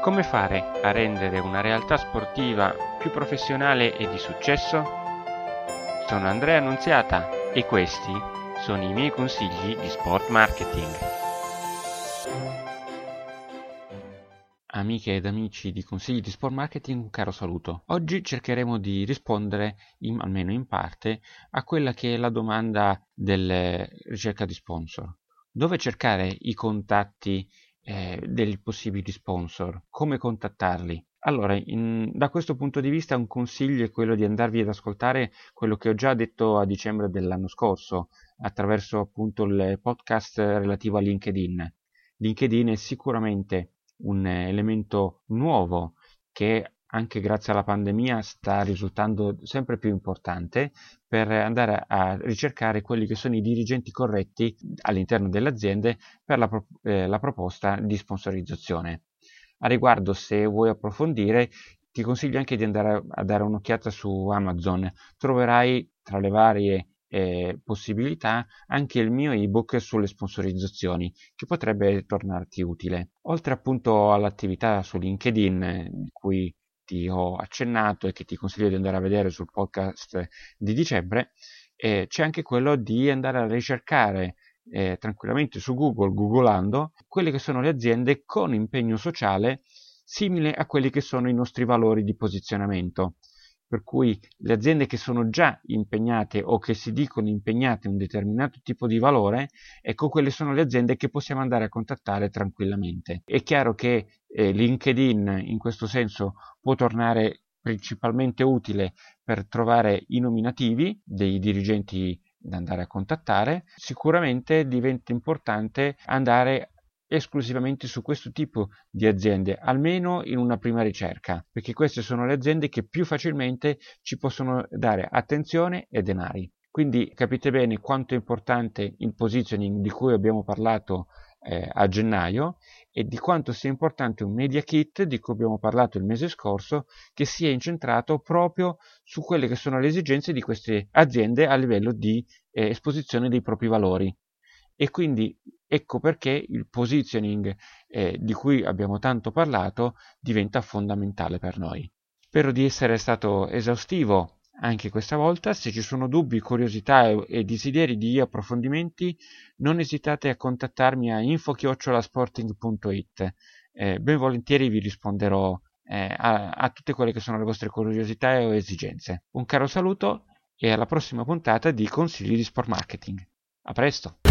Come fare a rendere una realtà sportiva più professionale e di successo? Sono Andrea Annunziata e questi sono i miei consigli di sport marketing. Amiche ed amici di Consigli di Sport Marketing, un caro saluto. Oggi cercheremo di rispondere, almeno in parte, a quella che è la domanda della ricerca di sponsor. Dove cercare i contatti dei possibili sponsor? Come contattarli? Allora, da questo punto di vista un consiglio è quello di andarvi ad ascoltare quello che ho già detto a dicembre dell'anno scorso, attraverso appunto il podcast relativo a LinkedIn. LinkedIn è sicuramente un elemento nuovo che anche grazie alla pandemia sta risultando sempre più importante per andare a ricercare quelli che sono i dirigenti corretti all'interno delle aziende per la proposta di sponsorizzazione. A riguardo, se vuoi approfondire, ti consiglio anche di andare a dare un'occhiata su Amazon. Troverai tra le varie possibilità anche il mio ebook sulle sponsorizzazioni, che potrebbe tornarti utile. Oltre appunto all'attività su LinkedIn, di cui ti ho accennato e che ti consiglio di andare a vedere sul podcast di dicembre, c'è anche quello di andare a ricercare tranquillamente su Google, googolando, quelle che sono le aziende con impegno sociale simile a quelli che sono i nostri valori di posizionamento. Per cui le aziende che sono già impegnate o che si dicono impegnate in un determinato tipo di valore, ecco, quelle sono le aziende che possiamo andare a contattare tranquillamente. È chiaro che LinkedIn in questo senso può tornare principalmente utile per trovare i nominativi dei dirigenti da andare a contattare. Sicuramente diventa importante andare esclusivamente su questo tipo di aziende, almeno in una prima ricerca, perché queste sono le aziende che più facilmente ci possono dare attenzione e denari. Quindi capite bene quanto è importante il positioning di cui abbiamo parlato a gennaio e di quanto sia importante un media kit di cui abbiamo parlato il mese scorso, che sia incentrato proprio su quelle che sono le esigenze di queste aziende a livello di esposizione dei propri valori. E quindi ecco perché il positioning di cui abbiamo tanto parlato diventa fondamentale per noi. Spero di essere stato esaustivo anche questa volta. Se ci sono dubbi, curiosità e desideri di approfondimenti, non esitate a contattarmi a info@sporting.it. Ben volentieri vi risponderò a tutte quelle che sono le vostre curiosità o esigenze. Un caro saluto e alla prossima puntata di Consigli di Sport Marketing. A presto!